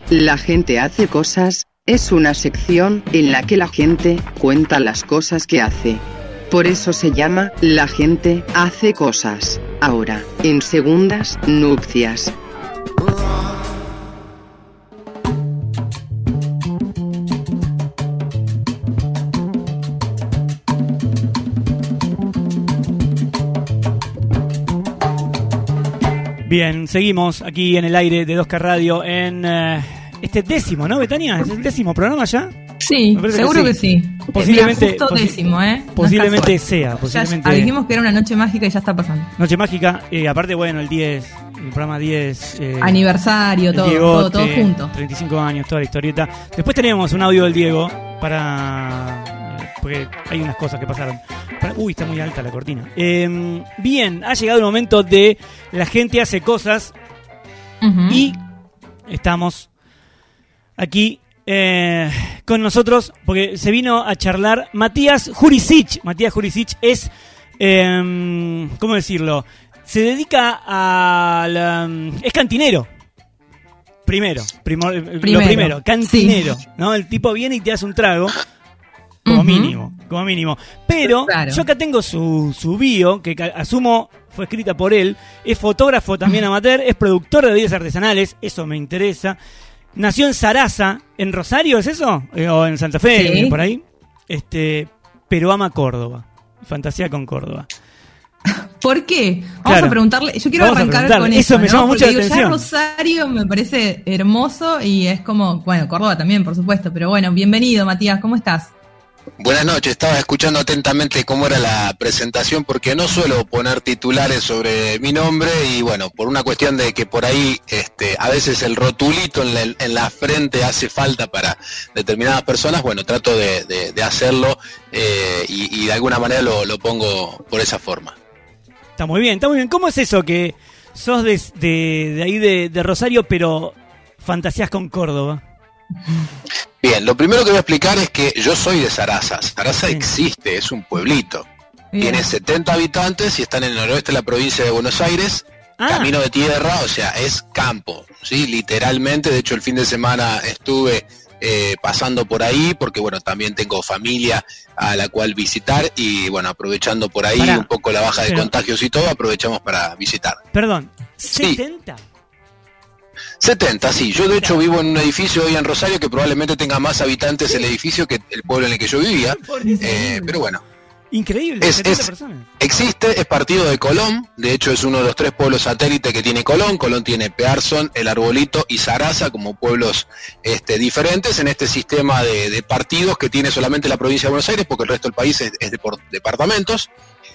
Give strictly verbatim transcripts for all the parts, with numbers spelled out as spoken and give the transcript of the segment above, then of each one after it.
La gente hace cosas, es una sección en la que la gente cuenta las cosas que hace. Por eso se llama La gente hace cosas. Ahora, en Segundas Nupcias. Bien, seguimos aquí en el aire de dos K Radio en uh, este décimo, ¿no, Betania? ¿Es el décimo programa ya? Sí, seguro que sí. Que sí. Posiblemente, Mira, justo posi- décimo, ¿eh? Posiblemente No sea. Posiblemente... Ya, ya dijimos que era una noche mágica y ya está pasando. Noche mágica, eh, aparte, bueno, el diez, el programa diez. Eh, Aniversario, todo, Diegote, todo, todo junto. treinta y cinco años, toda la historieta. Después tenemos un audio del Diego para... Eh, porque hay unas cosas que pasaron. Para, uy, está muy alta la cortina. Eh, bien, ha llegado el momento de La gente hace cosas. Uh-huh. Y estamos aquí eh, con nosotros porque se vino a charlar Matías Jurisic. Matías Jurisic es, eh, ¿cómo decirlo? Se dedica a la, es cantinero. Primero, primo, primero, lo primero, cantinero, sí. ¿No? El tipo viene y te hace un trago. Como uh-huh. mínimo, como mínimo. Pero claro. Yo acá tengo su, su bio, que asumo fue escrita por él. Es fotógrafo también amateur, es productor de bebidas artesanales, eso me interesa. Nació en Sarasa, ¿en Rosario es eso? Eh, o en Santa Fe, sí. Por ahí. Este, pero ama Córdoba. Fantasía con Córdoba. ¿Por qué? Vamos claro. a preguntarle. Yo quiero Vamos arrancar con eso. Eso me ¿no? llama mucho la digo, atención. Ya Rosario me parece hermoso y es como, bueno, Córdoba también, por supuesto. Pero bueno, bienvenido, Matías, ¿cómo estás? Buenas noches, estaba escuchando atentamente cómo era la presentación porque no suelo poner titulares sobre mi nombre y bueno, por una cuestión de que por ahí este, a veces el rotulito en la, en la frente hace falta para determinadas personas, bueno, trato de, de, de hacerlo eh, y, y de alguna manera lo, lo pongo por esa forma. Está muy bien, está muy bien. ¿Cómo es eso que sos de, de, de ahí de, de Rosario pero fantasías con Córdoba? Bien, lo primero que voy a explicar es que yo soy de Sarasa. Sarasa sí. Existe, es un pueblito. Bien. Tiene setenta habitantes y está en el noroeste de la provincia de Buenos Aires. Ah. Camino de tierra, o sea, es campo, ¿sí? Literalmente. De hecho, el fin de semana estuve eh, pasando por ahí porque, bueno, también tengo familia a la cual visitar y, bueno, aprovechando por ahí Pará. un poco la baja de Pero... contagios y todo, aprovechamos para visitar. Perdón, ¿setenta? Sí. setenta, sí. Yo de hecho vivo en un edificio hoy en Rosario que probablemente tenga más habitantes el edificio que el pueblo en el que yo vivía. Eh, pero bueno. Increíble, es, es, existe, es partido de Colón. De hecho es uno de los tres pueblos satélites que tiene Colón. Colón tiene Pearson, El Arbolito y Sarasa como pueblos este, diferentes en este sistema de, de partidos que tiene solamente la provincia de Buenos Aires porque el resto del país es, es de por departamentos.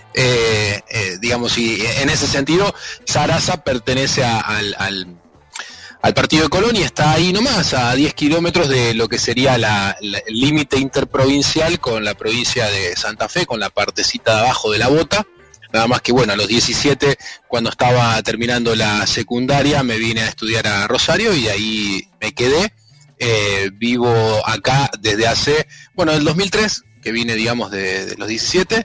Eh, eh, digamos, y en ese sentido Sarasa pertenece a, al... al al partido de Colón y está ahí nomás, a diez kilómetros de lo que sería la, la, el límite interprovincial con la provincia de Santa Fe, con la partecita de abajo de la bota. Nada más que bueno, a los diecisiete, cuando estaba terminando la secundaria, me vine a estudiar a Rosario y ahí me quedé. Eh, vivo acá desde hace, bueno, del dos mil tres, que vine, digamos, de, de los diecisiete,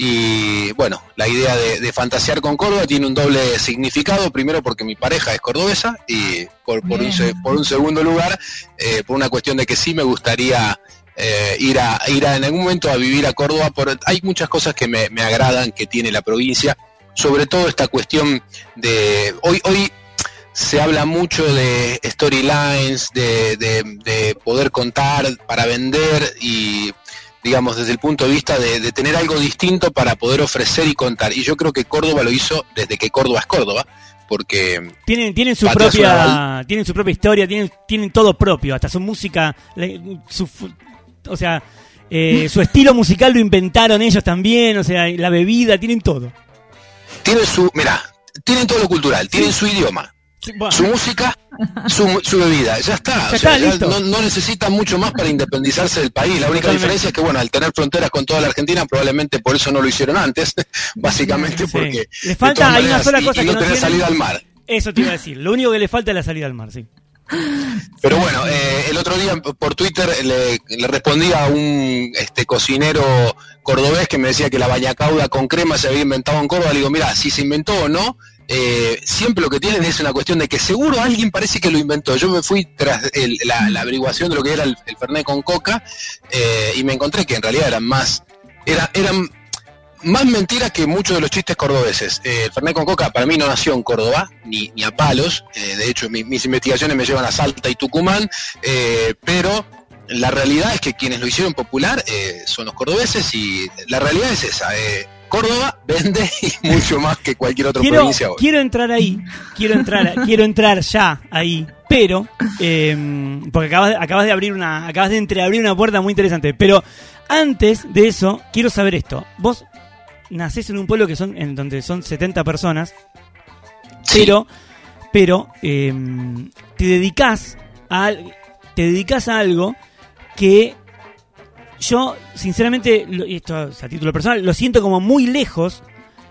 y bueno, la idea de, de fantasear con Córdoba tiene un doble significado, primero porque mi pareja es cordobesa, y por, por, un, por un segundo lugar, eh, por una cuestión de que sí me gustaría eh, ir, a, ir a, en algún momento a vivir a Córdoba, por, hay muchas cosas que me, me agradan que tiene la provincia, sobre todo esta cuestión de, hoy, hoy se habla mucho de storylines, de, de, de poder contar para vender y digamos desde el punto de vista de, de tener algo distinto para poder ofrecer y contar. Y yo creo que Córdoba lo hizo desde que Córdoba es Córdoba, porque tienen tienen su propia tienen su propia historia, tienen tienen todo propio, hasta su música, su, o sea, eh, su estilo musical lo inventaron ellos también, o sea, la bebida, tienen todo. Tienen su, mirá, tienen todo lo cultural, tienen sí. su idioma. Bueno. Su música, su, su bebida, ya está, ya o está sea, ya listo. No, no necesitan mucho más para independizarse del país. La única Totalmente. diferencia es que, bueno, al tener fronteras con toda la Argentina, probablemente por eso no lo hicieron antes, básicamente sí. porque le falta, hay maneras, una sola cosa y, y que no no tener salida al mar. Eso te iba a decir, lo único que le falta es la salida al mar, sí. Pero bueno, eh, el otro día por Twitter le, le respondí a un este cocinero cordobés que me decía que la bañacauda con crema se había inventado en Córdoba. Le digo, mira, si se inventó o no, eh, siempre lo que tienen es una cuestión de que seguro alguien parece que lo inventó. Yo me fui tras el, la, la averiguación de lo que era el, el Fernet con coca eh, y me encontré que en realidad eran más, era, eran más mentiras que muchos de los chistes cordobeses. Eh, el Fernet con coca para mí no nació en Córdoba, ni, ni a palos, eh, de hecho mi, mis investigaciones me llevan a Salta y Tucumán, eh, pero la realidad es que quienes lo hicieron popular eh, son los cordobeses y la realidad es esa. Eh, Córdoba vende y mucho más que cualquier otra quiero, provincia hoy. Quiero entrar ahí, quiero entrar, quiero entrar ya ahí, pero eh, porque acabas, acabas de abrir una, acabas de entreabrir una puerta muy interesante. Pero antes de eso, quiero saber esto. Vos nacés en un pueblo que son, en donde son setenta personas, Sí. pero, pero eh, te dedicás a, te dedicás a algo que yo, sinceramente, lo, esto es a título personal, lo siento como muy lejos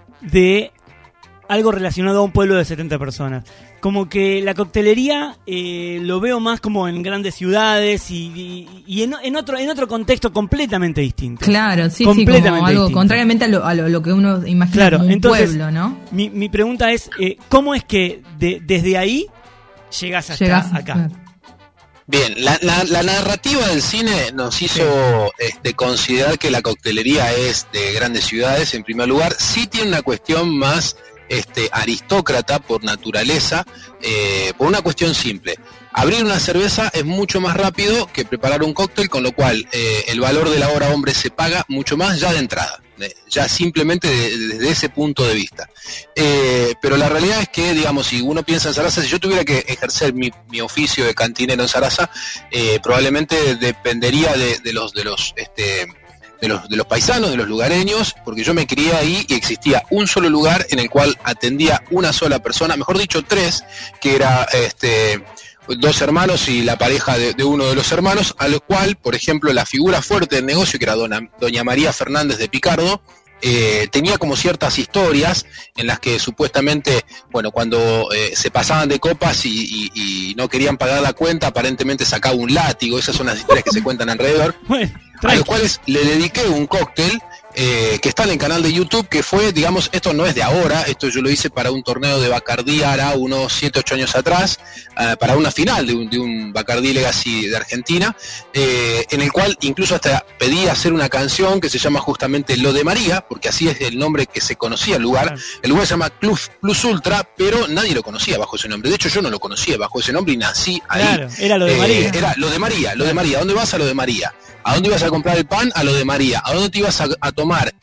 de algo relacionado a un pueblo de setenta personas. Como que la coctelería eh, lo veo más como en grandes ciudades y, y, y en, en otro en otro contexto completamente distinto. Claro, sí, sí, Completamente como algo distinto. contrariamente a lo, a lo, lo que uno imagina Claro, como un entonces, pueblo, ¿no? Mi, mi pregunta es, eh, ¿cómo es que de, desde ahí llegás hasta Llegás, acá? claro. Bien, la, la, la narrativa del cine nos hizo este, considerar que la coctelería es de grandes ciudades, en primer lugar. Sí tiene una cuestión más este, aristócrata por naturaleza, eh, por una cuestión simple. Abrir una cerveza es mucho más rápido que preparar un cóctel, con lo cual eh, el valor de la hora hombre se paga mucho más ya de entrada, eh, ya simplemente de, desde ese punto de vista. Eh, pero la realidad es que, digamos, si uno piensa en Sarasa, si yo tuviera que ejercer mi, mi oficio de cantinero en Sarasa, eh, probablemente dependería de, de los de los este, de los de los paisanos, de los lugareños, porque yo me crié ahí y existía un solo lugar en el cual atendía una sola persona, mejor dicho tres, que era este dos hermanos y la pareja de, de uno de los hermanos, a lo cual, por ejemplo, la figura fuerte del negocio, que era dona, doña María Fernández de Picardo, eh, tenía como ciertas historias en las que supuestamente, bueno, cuando eh, se pasaban de copas y, y, y no querían pagar la cuenta, aparentemente sacaba un látigo. Esas son las historias que se cuentan alrededor, Bueno, a tranqui. los cuales le dediqué un cóctel eh, que está en el canal de YouTube, que fue, digamos, esto no es de ahora, esto yo lo hice para un torneo de Bacardí hará unos siete ocho años atrás, uh, para una final de un, de un Bacardí Legacy de Argentina, eh, en el cual incluso hasta pedí hacer una canción que se llama justamente Lo de María, porque así es el nombre que se conocía el lugar. Claro. El lugar se llama Club Plus Ultra, pero nadie lo conocía bajo ese nombre. De hecho, yo no lo conocía bajo ese nombre y nací ahí. Claro, era Lo de Eh, María. Era Lo de María, Lo de María. ¿A dónde vas? A Lo de María. ¿A dónde ibas a comprar el pan? A Lo de María. ¿A dónde te ibas a, a tomar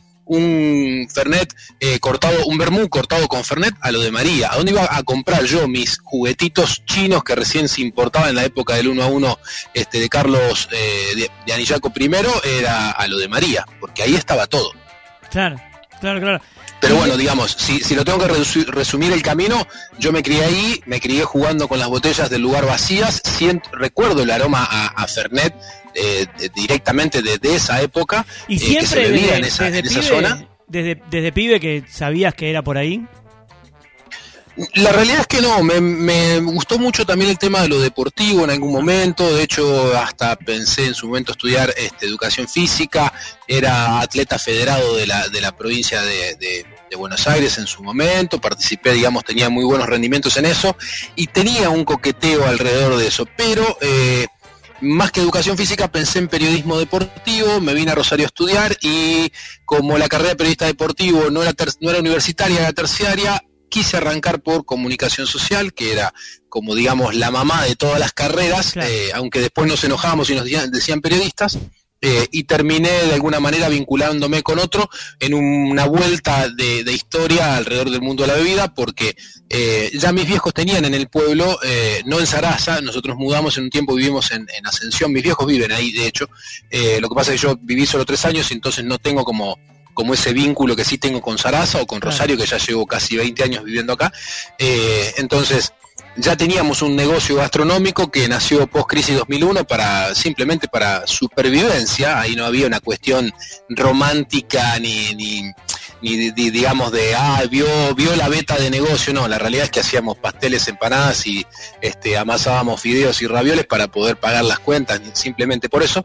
un Fernet eh, cortado, un vermú cortado con Fernet? A Lo de María. ¿A dónde iba a comprar yo mis juguetitos chinos que recién se importaban en la época del uno a uno este, de Carlos eh, de, de Anillaco primero? Era a Lo de María, porque ahí estaba todo. Claro, claro, claro. Pero bueno, digamos, si, si lo tengo que resu- resumir el camino, yo me crié ahí, me crié jugando con las botellas del lugar vacías, siento, recuerdo el aroma a, a Fernet eh, de, directamente desde esa época, Y eh, que se siempre bebía desde, en esa, desde en esa pibe, zona. Desde, desde pibe que sabías que era por ahí. La realidad es que no, me, me gustó mucho también el tema de lo deportivo en algún momento. De hecho, hasta pensé en su momento estudiar este, educación física. Era atleta federado de la, de la provincia de, de, de Buenos Aires en su momento. Participé, digamos, tenía muy buenos rendimientos en eso y tenía un coqueteo alrededor de eso. Pero eh, más que educación física pensé en periodismo deportivo. Me vine a Rosario a estudiar y como la carrera de periodista deportivo no era, ter- no era universitaria, era terciaria, quise arrancar por comunicación social, que era como digamos la mamá de todas las carreras, Claro. eh, aunque después nos enojábamos y nos decían, decían periodistas, eh, y terminé de alguna manera vinculándome con otro en una vuelta de, de historia alrededor del mundo de la bebida, porque eh, ya mis viejos tenían en el pueblo, eh, no en Sarasa, nosotros mudamos en un tiempo, vivimos en, en Ascensión, mis viejos viven ahí de hecho, eh, lo que pasa es que yo viví solo tres años y entonces no tengo como como ese vínculo que sí tengo con Sarasa o con Rosario, que ya llevo casi veinte años viviendo acá. Eh, entonces, ya teníamos un negocio gastronómico que nació post-crisis dos mil uno para simplemente para supervivencia. Ahí no había una cuestión romántica ni, ni, ni, ni digamos de, ah, vio, vio la beta de negocio. No, la realidad es que hacíamos pasteles, empanadas y este, amasábamos fideos y ravioles para poder pagar las cuentas, simplemente por eso.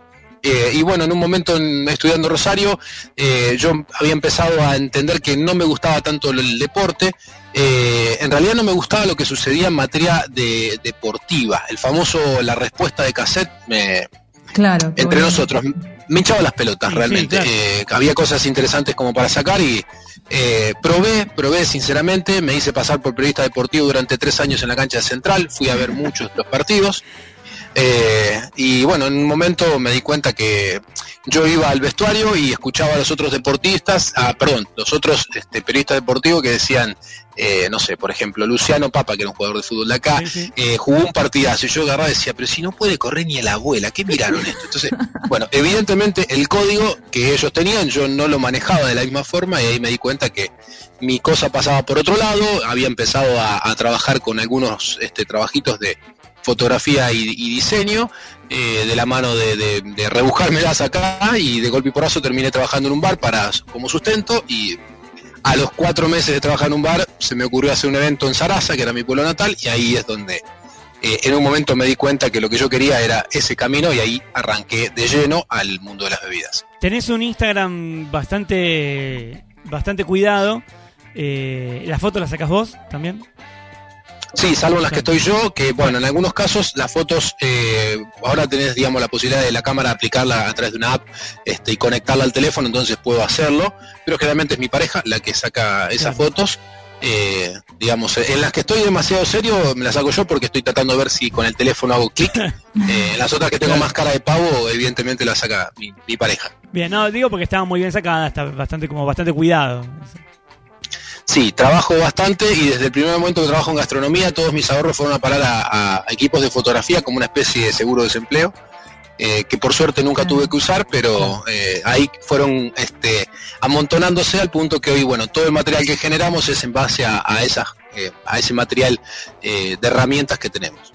Eh, y bueno, en un momento en, estudiando Rosario, eh, yo había empezado a entender que no me gustaba tanto el, el deporte. Eh, en realidad no me gustaba lo que sucedía en materia de deportiva. El famoso la respuesta de cassette, me, claro, entre bueno. nosotros, me hinchaba las pelotas sí, realmente. Sí, claro. eh, había cosas interesantes como para sacar y eh, probé, probé sinceramente. Me hice pasar por periodista deportivo durante tres años en la cancha de Central. Fui a ver muchos de los partidos. Eh, y bueno, en un momento me di cuenta que yo iba al vestuario y escuchaba a los otros deportistas, ah, perdón, los otros este, periodistas deportivos que decían, eh, no sé, por ejemplo, Luciano Papa, que era un jugador de fútbol de acá, Sí, sí. eh, jugó un partidazo y yo agarraba y decía, pero si no puede correr ni el abuela, ¿qué miraron esto? Entonces, bueno, evidentemente el código que ellos tenían yo no lo manejaba de la misma forma y ahí me di cuenta que mi cosa pasaba por otro lado. Había empezado a, a trabajar con algunos este, trabajitos de fotografía y, y diseño, eh, de la mano de, de, de rebuscármelas acá, y de golpe y porrazo terminé trabajando en un bar para como sustento, y a los cuatro meses de trabajar en un bar se me ocurrió hacer un evento en Sarasa, que era mi pueblo natal, y ahí es donde eh, en un momento me di cuenta que lo que yo quería era ese camino, y ahí arranqué de lleno al mundo de las bebidas. Tenés un Instagram bastante, bastante cuidado. Eh, ¿Las fotos las sacás vos también? Sí, salvo en las que estoy yo, que bueno, en algunos casos las fotos, eh, ahora tenés, digamos, la posibilidad de la cámara aplicarla a través de una app este, y conectarla al teléfono, entonces puedo hacerlo, pero generalmente es mi pareja la que saca esas Claro. fotos. Eh, digamos, en las que estoy demasiado serio me las hago yo porque estoy tratando de ver si con el teléfono hago clic. Eh, en las otras que tengo Claro. más cara de pavo, evidentemente las saca mi, mi pareja. Bien, no, digo porque estaba muy bien sacada, está bastante, como bastante cuidado. Sí, trabajo bastante y desde el primer momento que trabajo en gastronomía todos mis ahorros fueron a parar a, a equipos de fotografía como una especie de seguro de desempleo, eh, que por suerte nunca tuve que usar, pero eh, ahí fueron este, amontonándose al punto que hoy, bueno, todo el material que generamos es en base a, a, esas, eh, a ese material eh, de herramientas que tenemos.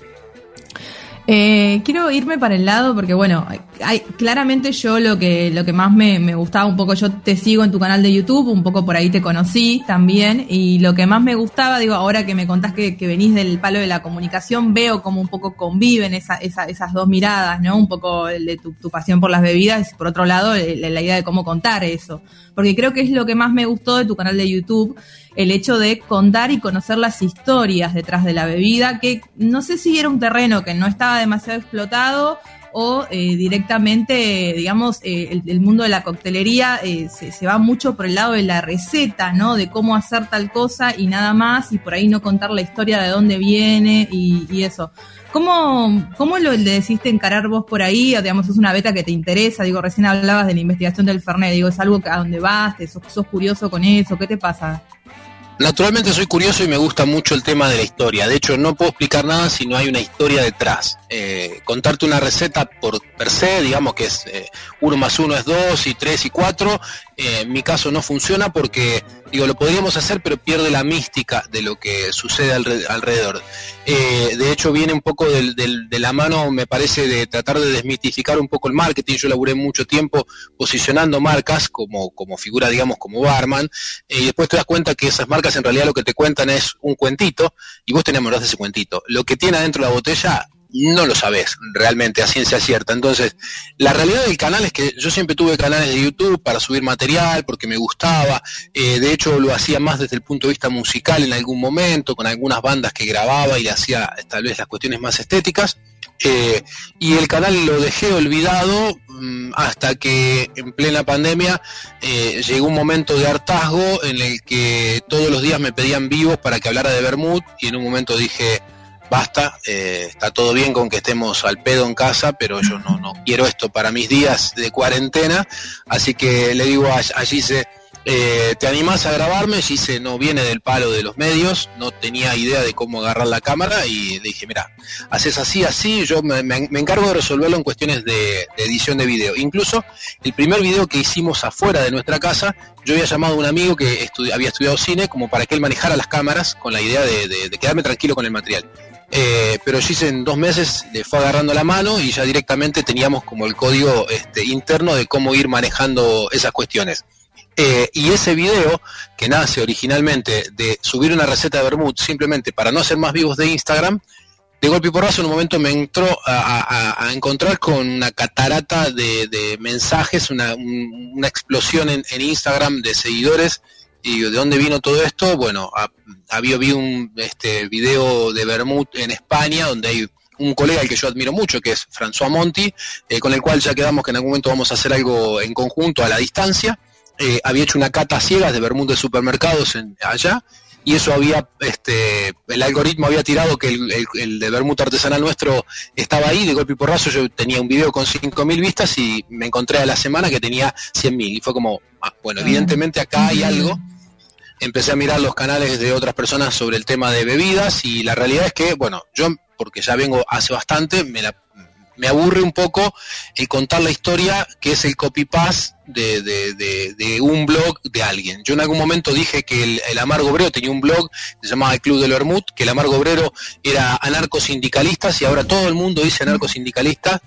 Eh, quiero irme para el lado porque, bueno, hay, claramente yo lo que lo que más me, me gustaba un poco, yo te sigo en tu canal de YouTube, un poco por ahí te conocí también, y lo que más me gustaba, digo, ahora que me contás que, que venís del palo de la comunicación, veo como un poco conviven esa, esa, esas dos miradas, ¿no? Un poco el de tu, tu pasión por las bebidas y por otro lado la, la idea de cómo contar eso, porque creo que es lo que más me gustó de tu canal de YouTube, el hecho de contar y conocer las historias detrás de la bebida, que no sé si era un terreno que no estaba demasiado explotado o eh, directamente, digamos, eh, el, el mundo de la coctelería eh, se, se va mucho por el lado de la receta, ¿no? De cómo hacer tal cosa y nada más, y por ahí no contar la historia de dónde viene y, y eso. ¿Cómo, ¿Cómo lo le decidiste encarar vos por ahí? O, digamos, es una beta que te interesa, digo, recién hablabas de la investigación del Fernet, digo, ¿es algo que a dónde vas? ¿Te, sos, sos curioso con eso? ¿Qué te pasa? Naturalmente soy curioso y me gusta mucho el tema de la historia. De hecho, no puedo explicar nada si no hay una historia detrás. Eh, contarte una receta por per se, digamos que es eh, uno más uno es dos y tres y cuatro, eh, en mi caso no funciona porque, digo, lo podríamos hacer, pero pierde la mística de lo que sucede alre- alrededor. Eh, de hecho, viene un poco del, del, de la mano, me parece, de tratar de desmitificar un poco el marketing. Yo laburé mucho tiempo posicionando marcas como, como figura, digamos, como barman, eh, y después te das cuenta que esas marcas en realidad lo que te cuentan es un cuentito, y vos te enamorás de ese cuentito. Lo que tiene adentro de la botella no lo sabés realmente a ciencia cierta. Entonces, la realidad del canal es que yo siempre tuve canales de YouTube para subir material porque me gustaba, eh, de hecho lo hacía más desde el punto de vista musical en algún momento, con algunas bandas que grababa y le hacía tal vez las cuestiones más estéticas, eh, y el canal lo dejé olvidado mmm, hasta que en plena pandemia eh, llegó un momento de hartazgo en el que todos los días me pedían vivos para que hablara de vermut, y en un momento dije, basta, eh, está todo bien con que estemos al pedo en casa, pero yo no, no quiero esto para mis días de cuarentena, así que le digo a, a Gise, eh, ¿te animás a grabarme? Gise no viene del palo de los medios, no tenía idea de cómo agarrar la cámara, y le dije, mira, haces así, así, yo me, me, me encargo de resolverlo en cuestiones de, de edición de video. Incluso el primer video que hicimos afuera de nuestra casa, yo había llamado a un amigo que estu- había estudiado cine como para que él manejara las cámaras con la idea de, de, de quedarme tranquilo con el material. Eh, pero Gise en dos meses le fue agarrando la mano y ya directamente teníamos como el código este, interno de cómo ir manejando esas cuestiones. Eh, y ese video, que nace originalmente de subir una receta de vermut simplemente para no hacer más vivos de Instagram, de golpe y porrazo en un momento me entró a, a, a encontrar con una catarata de, de mensajes, una, un, una explosión en, en Instagram de seguidores. Y ¿de dónde vino todo esto? Bueno, a, había vi un este, video de Vermut en España, donde hay un colega al que yo admiro mucho, que es François Monti, eh, con el cual ya quedamos que en algún momento vamos a hacer algo en conjunto a la distancia. Eh, había hecho una cata ciegas de vermut de supermercados en, allá, y eso había, este, el algoritmo había tirado que el, el, el de vermut artesanal nuestro estaba ahí, de golpe y porrazo. Yo tenía un video con cinco mil vistas y me encontré a la semana que tenía cien mil, y fue como, ah, bueno, evidentemente acá hay algo. Empecé a mirar los canales de otras personas sobre el tema de bebidas, y la realidad es que, bueno, yo, porque ya vengo hace bastante, me la me aburre un poco el contar la historia que es el copy-paste de, de, de, de un blog de alguien. Yo en algún momento dije que el, el Amargo Obrero tenía un blog, se llamaba El Club del Vermut, que el Amargo Obrero era anarcosindicalistas, y ahora todo el mundo dice anarcosindicalistas.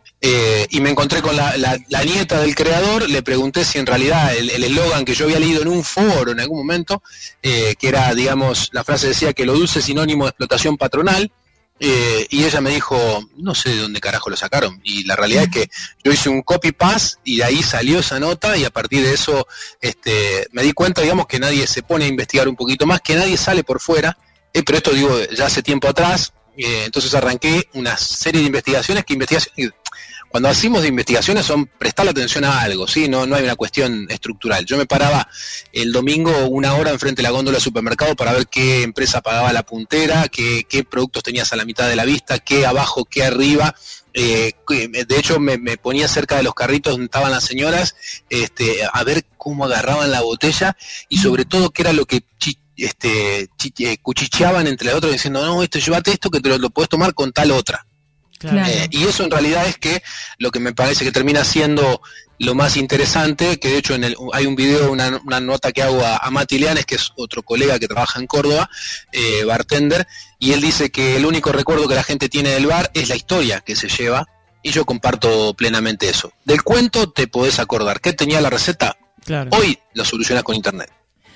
Eh, y me encontré con la, la, la nieta del creador, le pregunté si en realidad el eslogan que yo había leído en un foro en algún momento, eh, que era, digamos, la frase decía que lo dulce es sinónimo de explotación patronal. Eh, y ella me dijo, no sé de dónde carajo lo sacaron, y la realidad es que yo hice un copy-paste y de ahí salió esa nota, y a partir de eso este, me di cuenta, digamos, que nadie se pone a investigar un poquito más, que nadie sale por fuera, eh, pero esto digo ya hace tiempo atrás. Eh, entonces arranqué una serie de investigaciones, que investigaciones, cuando hacemos de investigaciones son prestarle atención a algo, ¿sí? No, no hay una cuestión estructural. Yo me paraba el domingo una hora enfrente de la góndola del supermercado para ver qué empresa pagaba la puntera, qué, qué productos tenías a la mitad de la vista, qué abajo, qué arriba. Eh, de hecho me, me ponía cerca de los carritos donde estaban las señoras, este, a ver cómo agarraban la botella, y sobre todo qué era lo que chi, este, chi, eh, cuchicheaban entre las otras, diciendo, no, esto, llévate esto que te lo, lo podés tomar con tal otra. Claro. Eh, y eso en realidad es que lo que me parece que termina siendo lo más interesante, que de hecho en el, hay un video, una, una nota que hago a, a Mati Leanes, que es otro colega que trabaja en Córdoba, eh, bartender, y él dice que el único recuerdo que la gente tiene del bar es la historia que se lleva, y yo comparto plenamente eso. Del cuento te podés acordar. ¿Qué tenía la receta? Claro. Hoy lo solucionas con internet.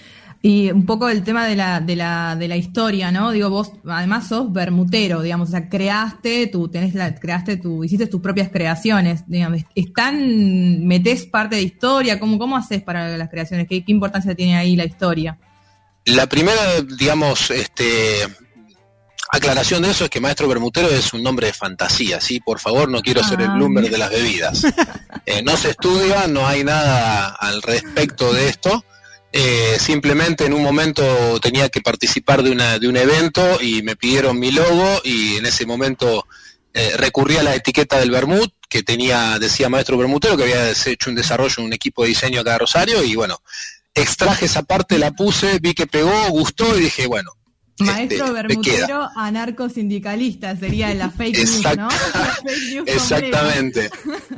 Y un poco el tema de la, de la, de la historia, ¿no? Digo, vos además sos vermutero, digamos, o sea, creaste tu, tenés la, creaste tu, hiciste tus propias creaciones, digamos, están, metés parte de historia, ¿cómo, cómo haces para las creaciones? ¿Qué, qué importancia tiene ahí la historia? La primera, digamos, este, aclaración de eso es que Maestro Vermutero es un nombre de fantasía, ¿sí? Por favor, no quiero ah, ser el Bloomberg de las bebidas. Eh, no se estudia, no hay nada al respecto de esto. Eh, simplemente en un momento tenía que participar de una de un evento y me pidieron mi logo, y en ese momento eh, recurrí a la etiqueta del vermut que tenía, decía Maestro Vermutero, que había hecho un desarrollo en un equipo de diseño acá de Rosario, y bueno, extraje esa parte, la puse, vi que pegó, gustó, y dije, bueno, Maestro este, Vermutero anarcosindicalista sería la fake Exact- news, ¿no? La fake news Exactamente.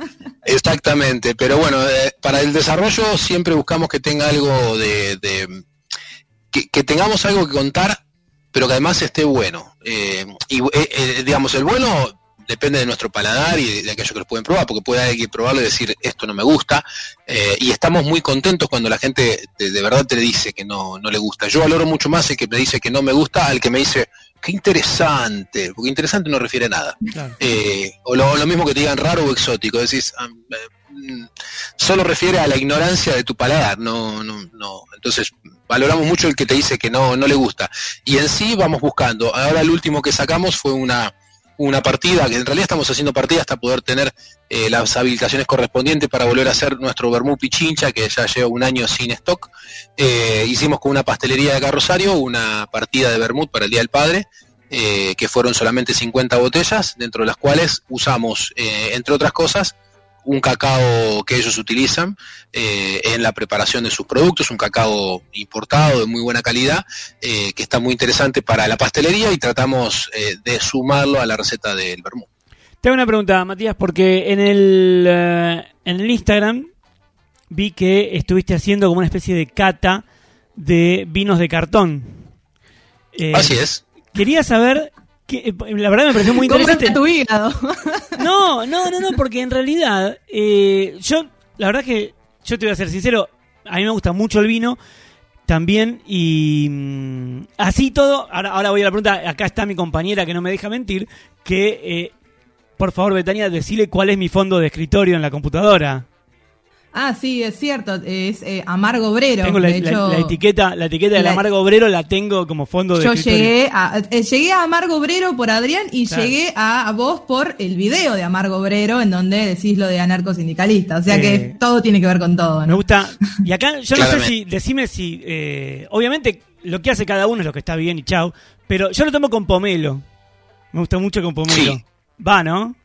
Exactamente, pero bueno, eh, para el desarrollo siempre buscamos que tenga algo de, de que, que tengamos algo que contar, pero que además esté bueno. Eh, y eh, eh, digamos, el bueno depende de nuestro paladar y de, de aquellos que lo pueden probar, porque puede alguien que probarlo y decir esto no me gusta, eh, y estamos muy contentos cuando la gente de, de verdad te dice que no, no le gusta. Yo valoro mucho más el que me dice que no me gusta al que me dice qué interesante, porque interesante no refiere a nada. Claro. Eh, o lo, lo mismo que te digan raro o exótico, decís, um, eh, solo refiere a la ignorancia de tu paladar, no, no, no. Entonces valoramos mucho el que te dice que no, no le gusta. Y en sí vamos buscando. Ahora el último que sacamos fue una una partida, que en realidad estamos haciendo partida hasta poder tener eh, las habilitaciones correspondientes para volver a hacer nuestro vermut Pichincha, que ya lleva un año sin stock. Eh, hicimos con una pastelería de acá Rosario una partida de vermut para el Día del Padre, eh, que fueron solamente cincuenta botellas, dentro de las cuales usamos, eh, entre otras cosas, un cacao que ellos utilizan eh, en la preparación de sus productos, un cacao importado de muy buena calidad, eh, que está muy interesante para la pastelería, y tratamos eh, de sumarlo a la receta del vermut. Te hago una pregunta, Matías, porque en el, uh, en el Instagram vi que estuviste haciendo como una especie de cata de vinos de cartón. Eh, Así es. Quería saber... Que, la verdad me pareció muy interesante. ¿Cómo está tu hígado? No, no, no, no, porque en realidad eh, yo, la verdad que yo te voy a ser sincero, a mí me gusta mucho el vino, también, y mm, así todo, ahora, ahora voy a la pregunta, acá está mi compañera que no me deja mentir, que eh, por favor, Betania, decile cuál es mi fondo de escritorio en la computadora. Ah, sí, es cierto, es eh, Amargo Obrero. Tengo la, de hecho, la, la etiqueta, la etiqueta del la, Amargo Obrero la tengo como fondo de yo escritorio. Yo llegué a, eh, llegué a Amargo Obrero por Adrián y claro. llegué a, a vos por el video de Amargo Obrero en donde decís lo de anarcosindicalista. O sea eh, que todo tiene que ver con todo, ¿no? Me gusta. Y acá yo no sé si, decime si, eh, obviamente lo que hace cada uno es lo que está bien y chau, pero yo lo tomo con pomelo. Me gusta mucho con pomelo. Sí. Va, ¿no?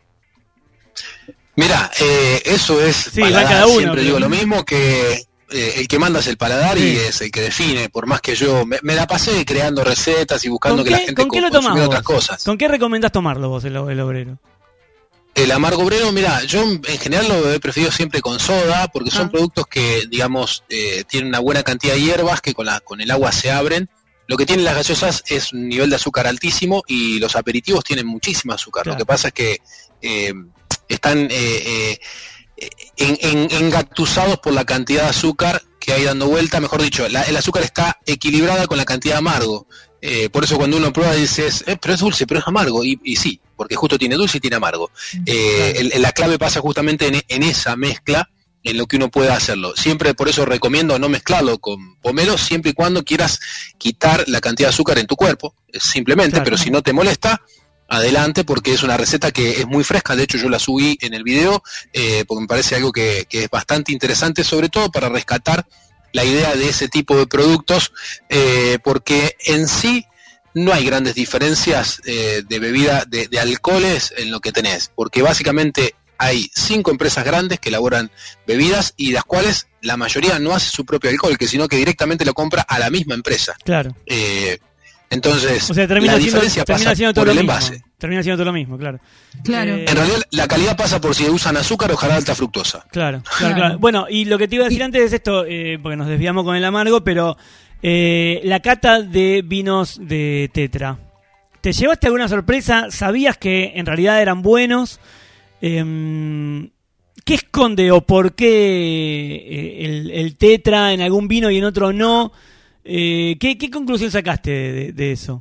Mira, eh, eso es sí, paladar. Va cada uno, Siempre pero... digo lo mismo, que eh, el que manda es el paladar sí. y es el que define. Por más que yo me, me la pasé creando recetas y buscando que la gente ¿con qué lo tomás otras cosas. ¿Con qué recomendás tomarlo vos, el, el obrero? El Amargo Obrero, mira, yo en general lo he preferido siempre con soda, porque son ah. productos que, digamos, eh, tienen una buena cantidad de hierbas que con, la, con el agua se abren. Lo que tienen las gaseosas es un nivel de azúcar altísimo y los aperitivos tienen muchísimo azúcar. Claro. Lo que pasa es que eh, están eh, eh, en, en, engatusados por la cantidad de azúcar que hay dando vuelta. Mejor dicho, la, el azúcar está equilibrada con la cantidad de amargo. Eh, por eso cuando uno prueba dices, eh, pero es dulce, pero es amargo. Y, y sí, porque justo tiene dulce y tiene amargo. Eh, claro. el, la clave pasa justamente en, en esa mezcla, en lo que uno pueda hacerlo. Siempre por eso recomiendo no mezclarlo con pomelo, siempre y cuando quieras quitar la cantidad de azúcar en tu cuerpo, simplemente, claro. Pero si no te molesta, adelante, porque es una receta que es muy fresca. De hecho yo la subí en el video, eh, porque me parece algo que, que es bastante interesante, sobre todo para rescatar la idea de ese tipo de productos, eh, porque en sí no hay grandes diferencias eh, de bebida, de, de alcoholes en lo que tenés, porque básicamente hay cinco empresas grandes que elaboran bebidas y las cuales la mayoría no hace su propio alcohol, que sino que directamente lo compra a la misma empresa. Claro. Eh, entonces, o sea, termina la siendo, diferencia termina pasa siendo todo por lo el mismo. envase. Termina siendo todo lo mismo, claro. Claro. Eh, en realidad, la calidad pasa por si usan azúcar o jarabe alta fructosa. Claro, claro, claro, claro. Bueno, y lo que te iba a decir y... antes es esto, eh, porque nos desviamos con el amargo, pero eh, la cata de vinos de Tetra. ¿Te llevaste alguna sorpresa? ¿Sabías que en realidad eran buenos? Eh, ¿Qué esconde o por qué el, el Tetra en algún vino y en otro no? Eh, ¿qué, ¿Qué conclusión sacaste de, de, de eso?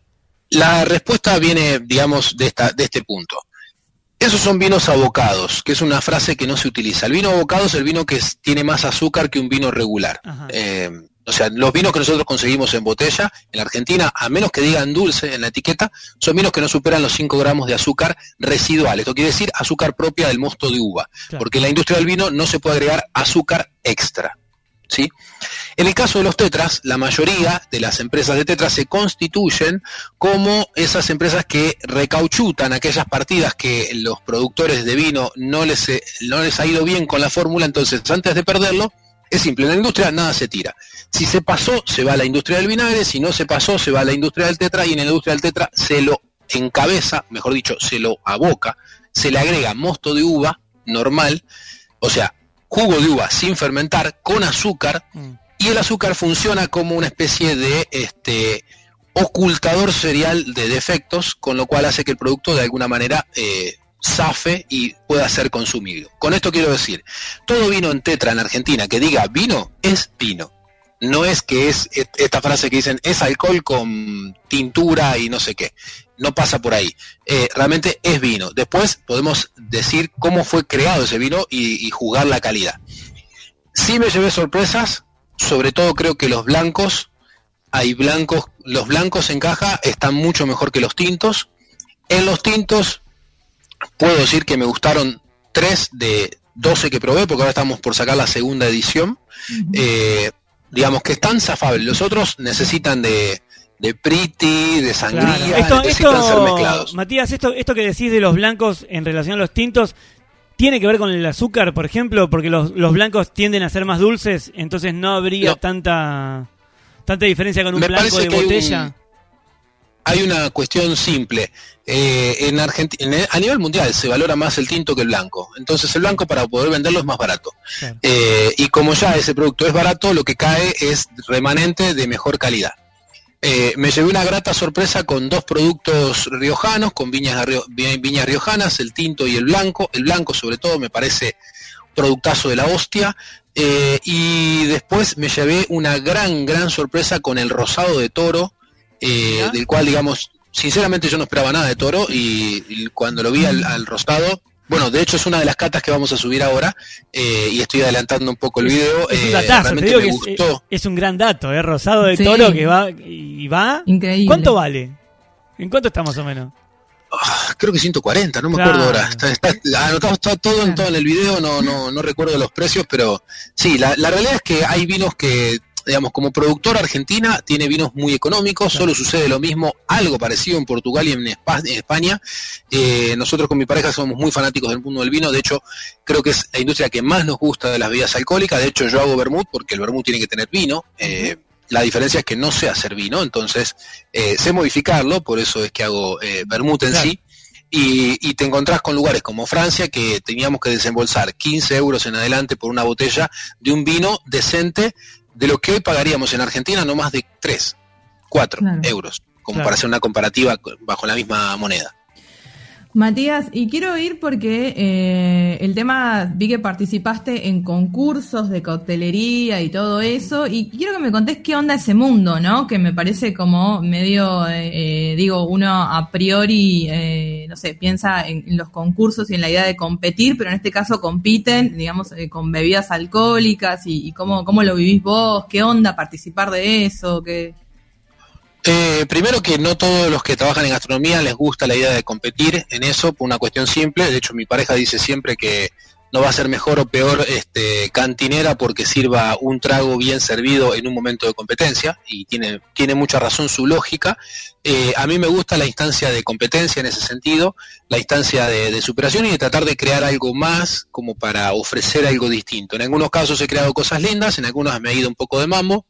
La respuesta viene, digamos, de, esta, de este punto. Esos son vinos abocados, que es una frase que no se utiliza. El vino abocado es el vino que es, tiene más azúcar que un vino regular. Eh, o sea, los vinos que nosotros conseguimos en botella, en la Argentina, a menos que digan dulce en la etiqueta, son vinos que no superan los cinco gramos de azúcar residual. Esto quiere decir azúcar propia del mosto de uva. Claro. Porque en la industria del vino no se puede agregar azúcar extra. ¿Sí? En el caso de los tetras, la mayoría de las empresas de tetras se constituyen como esas empresas que recauchutan aquellas partidas que los productores de vino no les, no les ha ido bien con la fórmula. Entonces, antes de perderlo, es simple, en la industria nada se tira. Si se pasó, se va a la industria del vinagre; si no se pasó, se va a la industria del tetra, y en la industria del tetra se lo encabeza, mejor dicho, se lo aboca, se le agrega mosto de uva normal, o sea, jugo de uva sin fermentar, con azúcar, mm. y el azúcar funciona como una especie de este ocultador serial de defectos, con lo cual hace que el producto de alguna manera eh, zafe y pueda ser consumido. Con esto quiero decir, todo vino en tetra en Argentina que diga vino, es vino. No es que es esta frase que dicen es alcohol con tintura y no sé qué. No pasa por ahí. Eh, realmente es vino. Después podemos decir cómo fue creado ese vino y, y juzgar la calidad. Sí me llevé sorpresas, sobre todo creo que los blancos, hay blancos, los blancos en caja están mucho mejor que los tintos. En los tintos puedo decir que me gustaron tres de doce que probé, porque ahora estamos por sacar la segunda edición. Uh-huh. Eh, digamos que están zafables. Los otros necesitan de, de pretty, de sangría, claro. esto, necesitan esto, ser mezclados. Matías, esto, esto que decís de los blancos en relación a los tintos, ¿tiene que ver con el azúcar, por ejemplo? Porque los, los blancos tienden a ser más dulces, entonces no habría no. tanta tanta diferencia con un Me blanco de botella. Hay, un, hay una cuestión simple. Eh, en Argentina, a nivel mundial se valora más el tinto que el blanco. Entonces el blanco, para poder venderlo, es más barato. Claro. Eh, y como ya ese producto es barato, lo que cae es remanente de mejor calidad. Eh, me llevé una grata sorpresa con dos productos riojanos, con viñas, viñas riojanas, el tinto y el blanco. El blanco, sobre todo, me parece productazo de la hostia. Eh, y después me llevé una gran, gran sorpresa con el rosado de toro, eh, del cual, digamos, sinceramente yo no esperaba nada de toro, y, y cuando lo vi al, al rosado, bueno, de hecho es una de las catas que vamos a subir ahora, eh, y estoy adelantando un poco el video. Es, es un eh, datazo, te digo que gustó. es, es un gran dato, ¿eh? Rosado de sí. toro que va y va. Increíble. ¿Cuánto vale? ¿En cuánto está más o menos? Oh, creo que ciento cuarenta, no me claro. acuerdo ahora. Está, está, anotado, está todo, en, todo en el video, no, no, no recuerdo los precios, pero sí, la, la realidad es que hay vinos que, digamos, como productora argentina, tiene vinos muy económicos, claro. Solo sucede lo mismo, algo parecido en Portugal y en España. Eh, nosotros con mi pareja somos muy fanáticos del mundo del vino, de hecho, creo que es la industria que más nos gusta de las bebidas alcohólicas. De hecho, yo hago vermut porque el vermut tiene que tener vino. Eh, la diferencia es que no sé hacer vino, entonces eh, sé modificarlo, por eso es que hago eh, vermut en claro. sí. Y, y te encontrás con lugares como Francia, que teníamos que desembolsar quince euros en adelante por una botella de un vino decente, de lo que hoy pagaríamos en Argentina no más de tres, cuatro claro. euros, como claro. para hacer una comparativa bajo la misma moneda. Matías, y quiero ir porque eh, el tema, vi que participaste en concursos de coctelería y todo eso, y quiero que me contés qué onda ese mundo, ¿no? Que me parece como medio, eh, digo, uno a priori, eh, no sé, piensa en, en los concursos y en la idea de competir, pero en este caso compiten, digamos, eh, con bebidas alcohólicas, y, y cómo, cómo lo vivís vos, qué onda participar de eso, qué... Eh, primero que no todos los que trabajan en gastronomía les gusta la idea de competir en eso, por una cuestión simple. De hecho, mi pareja dice siempre que no va a ser mejor o peor este, cantinera porque sirva un trago bien servido en un momento de competencia, y tiene, tiene mucha razón su lógica. Eh, a mí me gusta la instancia de competencia en ese sentido, la instancia de, de superación y de tratar de crear algo más como para ofrecer algo distinto. En algunos casos he creado cosas lindas, en algunos me ha ido un poco de mambo.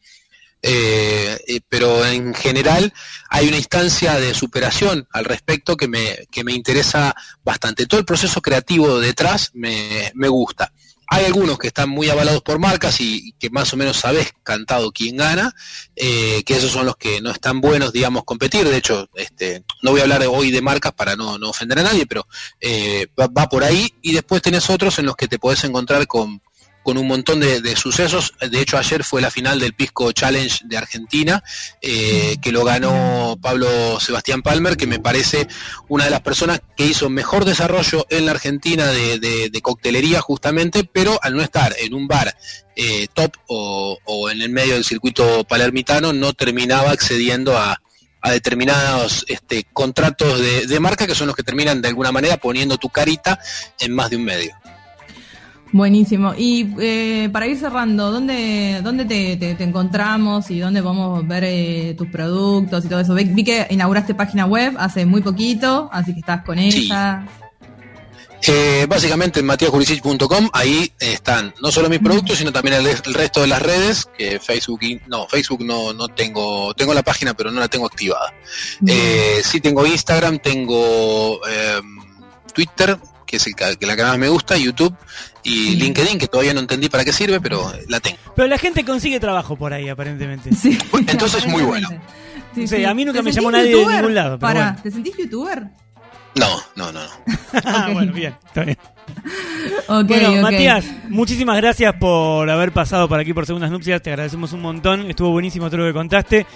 Eh, eh, pero en general hay una instancia de superación al respecto que me, que me interesa bastante. Todo el proceso creativo detrás me, me gusta. Hay algunos que están muy avalados por marcas y, y que más o menos sabes cantado quién gana, eh, que esos son los que no están buenos, digamos, competir. De hecho, este, no voy a hablar hoy de marcas para no, no ofender a nadie, pero eh, va, va por ahí. Y después tenés otros en los que te podés encontrar con con un montón de, de sucesos. De hecho, ayer fue la final del Pisco Challenge de Argentina, eh, que lo ganó Pablo Sebastián Palmer, que me parece una de las personas que hizo mejor desarrollo en la Argentina de, de, de coctelería justamente, pero al no estar en un bar eh, top o, o en el medio del circuito palermitano, no terminaba accediendo a a determinados este, contratos de, de marca, que son los que terminan de alguna manera poniendo tu carita en más de un medio. Buenísimo. Y eh, para ir cerrando, ¿dónde, dónde te, te, te encontramos y dónde podemos ver eh, tus productos y todo eso? Vi, vi que inauguraste página web hace muy poquito, así que estás con ella. Sí. Eh, básicamente en matías jurisic punto com, ahí están no solo mis productos, sino también el, el resto de las redes, que Facebook, no, Facebook no, no tengo, tengo la página pero no la tengo activada. Eh, sí tengo Instagram, tengo eh, Twitter, que es el que, la que más me gusta, YouTube y sí. LinkedIn, que todavía no entendí para qué sirve, pero la tengo. Pero la gente consigue trabajo por ahí, aparentemente. Sí, entonces muy bueno. Sí, sí. A mí nunca me llamó nadie YouTuber? de ningún lado. Pero para, bueno. ¿Te sentís youtuber? No, no, no. no. Ah, okay. Bueno, bien, está bien. Okay, bueno, okay. Matías, muchísimas gracias por haber pasado por aquí por Segundas Nupcias, te agradecemos un montón, estuvo buenísimo todo lo que contaste.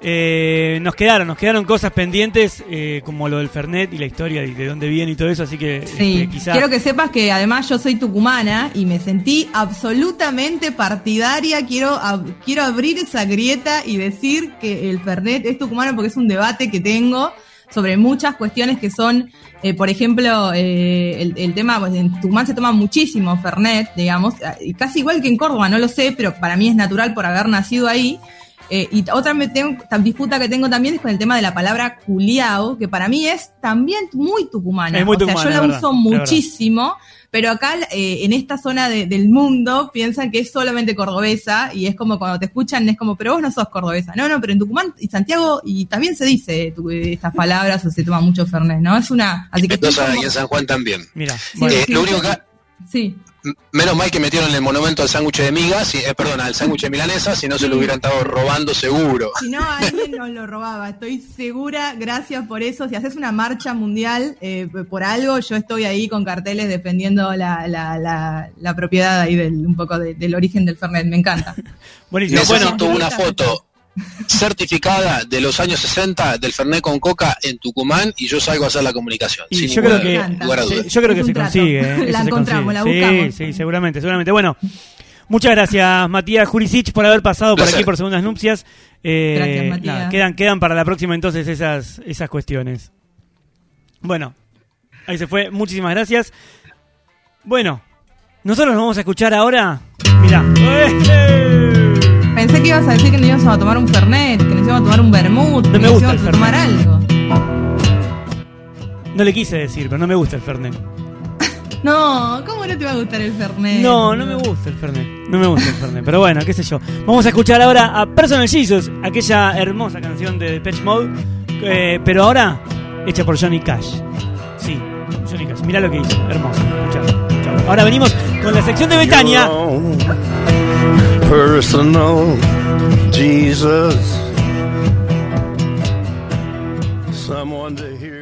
Eh, nos quedaron, nos quedaron cosas pendientes, eh, como lo del Fernet y la historia y de dónde viene y todo eso, así que sí, este, quizá... quiero que sepas que además yo soy tucumana y me sentí absolutamente partidaria, quiero, ab- quiero abrir esa grieta y decir que el Fernet es tucumano porque es un debate que tengo sobre muchas cuestiones que son, eh, por ejemplo, eh, el, el tema, pues en Tucumán se toma muchísimo Fernet, digamos, casi igual que en Córdoba, no lo sé, pero para mí es natural por haber nacido ahí. Eh, y otra me tengo, disputa que tengo también es con el tema de la palabra culiao, que para mí es también muy tucumana. Es muy o sea, tucumana, yo la verdad, uso muchísimo, pero acá eh, en esta zona de, del mundo piensan que es solamente cordobesa y es como cuando te escuchan es como, pero vos no sos cordobesa. No, no, pero en Tucumán y Santiago y también se dice tu, estas palabras o se toma mucho Fernet, ¿no? Es una... Así y que Mendoza como... y en San Juan también. Mira, sí, bueno, sí, lo único que... Sí. Menos mal que metieron el monumento al sándwich de migas, si, eh, perdón, al sándwich de milanesa, si no se lo hubieran estado robando seguro. Si no, alguien nos lo robaba, estoy segura, gracias por eso. Si haces una marcha mundial eh, por algo, yo estoy ahí con carteles defendiendo la, la, la, la propiedad ahí del, un poco de, del origen del Fernet, me encanta. Buenísimo. Necesito Bueno, una foto certificada de los años sesenta del Fernet con coca en Tucumán y yo salgo a hacer la comunicación. Y yo creo, que, sí, yo creo que es se trato. consigue. ¿eh? La se encontramos, consigue. la buscamos. Sí, sí, seguramente, seguramente. Bueno, muchas gracias, Matías Jurisic, por haber pasado por aquí por Segundas Nupcias. Eh, gracias, Matías. Nada, quedan, quedan para la próxima entonces esas, esas cuestiones. Bueno, ahí se fue. Muchísimas gracias. Bueno, nosotros nos vamos a escuchar ahora. Mirá. Pensé que ibas a decir que nos íbamos a tomar un Fernet, que nos íbamos a tomar un vermut, no que me nos gusta íbamos el a tomar algo. No le quise decir, pero no me gusta el Fernet. No, ¿cómo no te va a gustar el Fernet? No, no me gusta el Fernet. No me gusta el Fernet, pero bueno, qué sé yo. Vamos a escuchar ahora a Personal Jesus, aquella hermosa canción de Depeche Mode, eh, pero ahora hecha por Johnny Cash. Sí, Johnny Cash. Mirá lo que hizo, hermoso. Escuchalo. Chau. Ahora venimos con la sección de Betania. Personal Jesus, someone to hear.